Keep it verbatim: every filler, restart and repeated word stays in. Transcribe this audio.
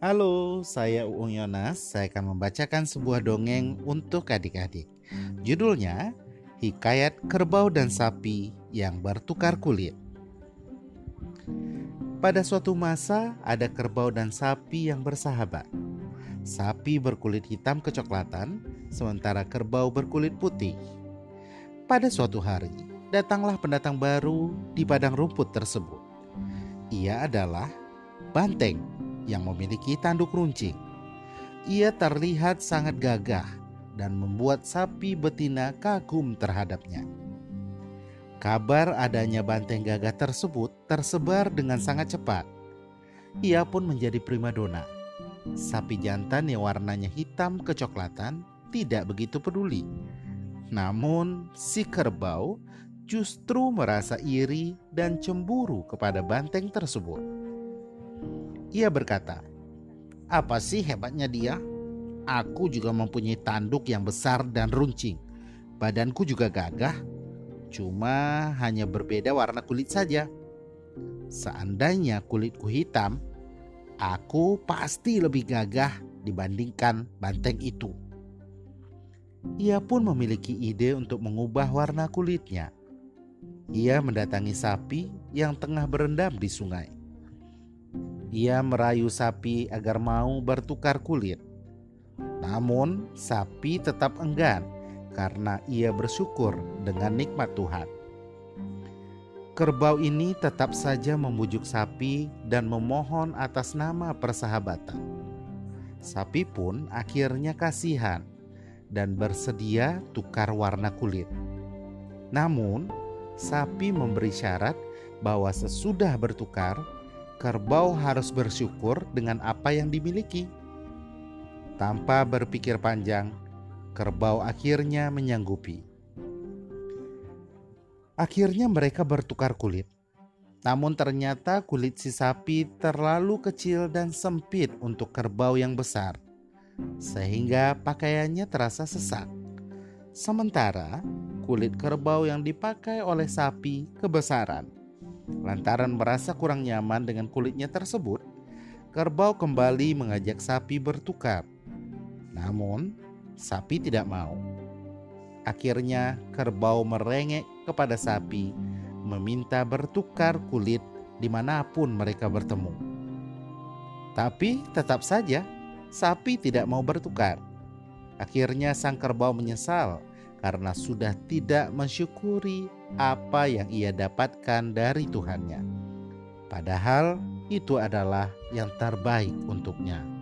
Halo, saya Uung Yonas. Saya akan membacakan sebuah dongeng untuk adik-adik. Judulnya, Hikayat Kerbau dan Sapi yang Bertukar Kulit. Pada suatu masa, ada kerbau dan sapi yang bersahabat. Sapi berkulit hitam kecoklatan, sementara kerbau berkulit putih. Pada suatu hari, datanglah pendatang baru di padang rumput tersebut. Ia adalah banteng yang memiliki tanduk runcing. Ia terlihat sangat gagah dan membuat sapi betina kagum terhadapnya. Kabar adanya banteng gagah tersebut tersebar dengan sangat cepat. Ia pun menjadi primadona. Sapi jantan yang warnanya hitam kecoklatan tidak begitu peduli. Namun si kerbau justru merasa iri dan cemburu kepada banteng tersebut. Ia berkata, "Apa sih hebatnya dia? Aku juga mempunyai tanduk yang besar dan runcing. Badanku juga gagah, cuma hanya berbeda warna kulit saja. Seandainya kulitku hitam, aku pasti lebih gagah dibandingkan banteng itu." Ia pun memiliki ide untuk mengubah warna kulitnya. Ia mendatangi sapi yang tengah berendam di sungai. Ia merayu sapi agar mau bertukar kulit. Namun sapi tetap enggan karena ia bersyukur dengan nikmat Tuhan. Kerbau ini tetap saja membujuk sapi dan memohon atas nama persahabatan. Sapi pun akhirnya kasihan dan bersedia tukar warna kulit. Namun sapi memberi syarat bahwa sesudah bertukar, kerbau harus bersyukur dengan apa yang dimiliki. Tanpa berpikir panjang, kerbau akhirnya menyanggupi. Akhirnya mereka bertukar kulit. Namun ternyata kulit si sapi terlalu kecil dan sempit untuk kerbau yang besar, sehingga pakaiannya terasa sesak. Sementara kulit kerbau yang dipakai oleh sapi kebesaran. Lantaran merasa kurang nyaman dengan kulitnya tersebut, kerbau kembali mengajak sapi bertukar. Namun, sapi tidak mau. Akhirnya, kerbau merengek kepada sapi, meminta bertukar kulit dimanapun mereka bertemu. Tapi tetap saja, sapi tidak mau bertukar. Akhirnya sang kerbau menyesal karena sudah tidak mensyukuri apa yang ia dapatkan dari Tuhannya. Padahal itu adalah yang terbaik untuknya.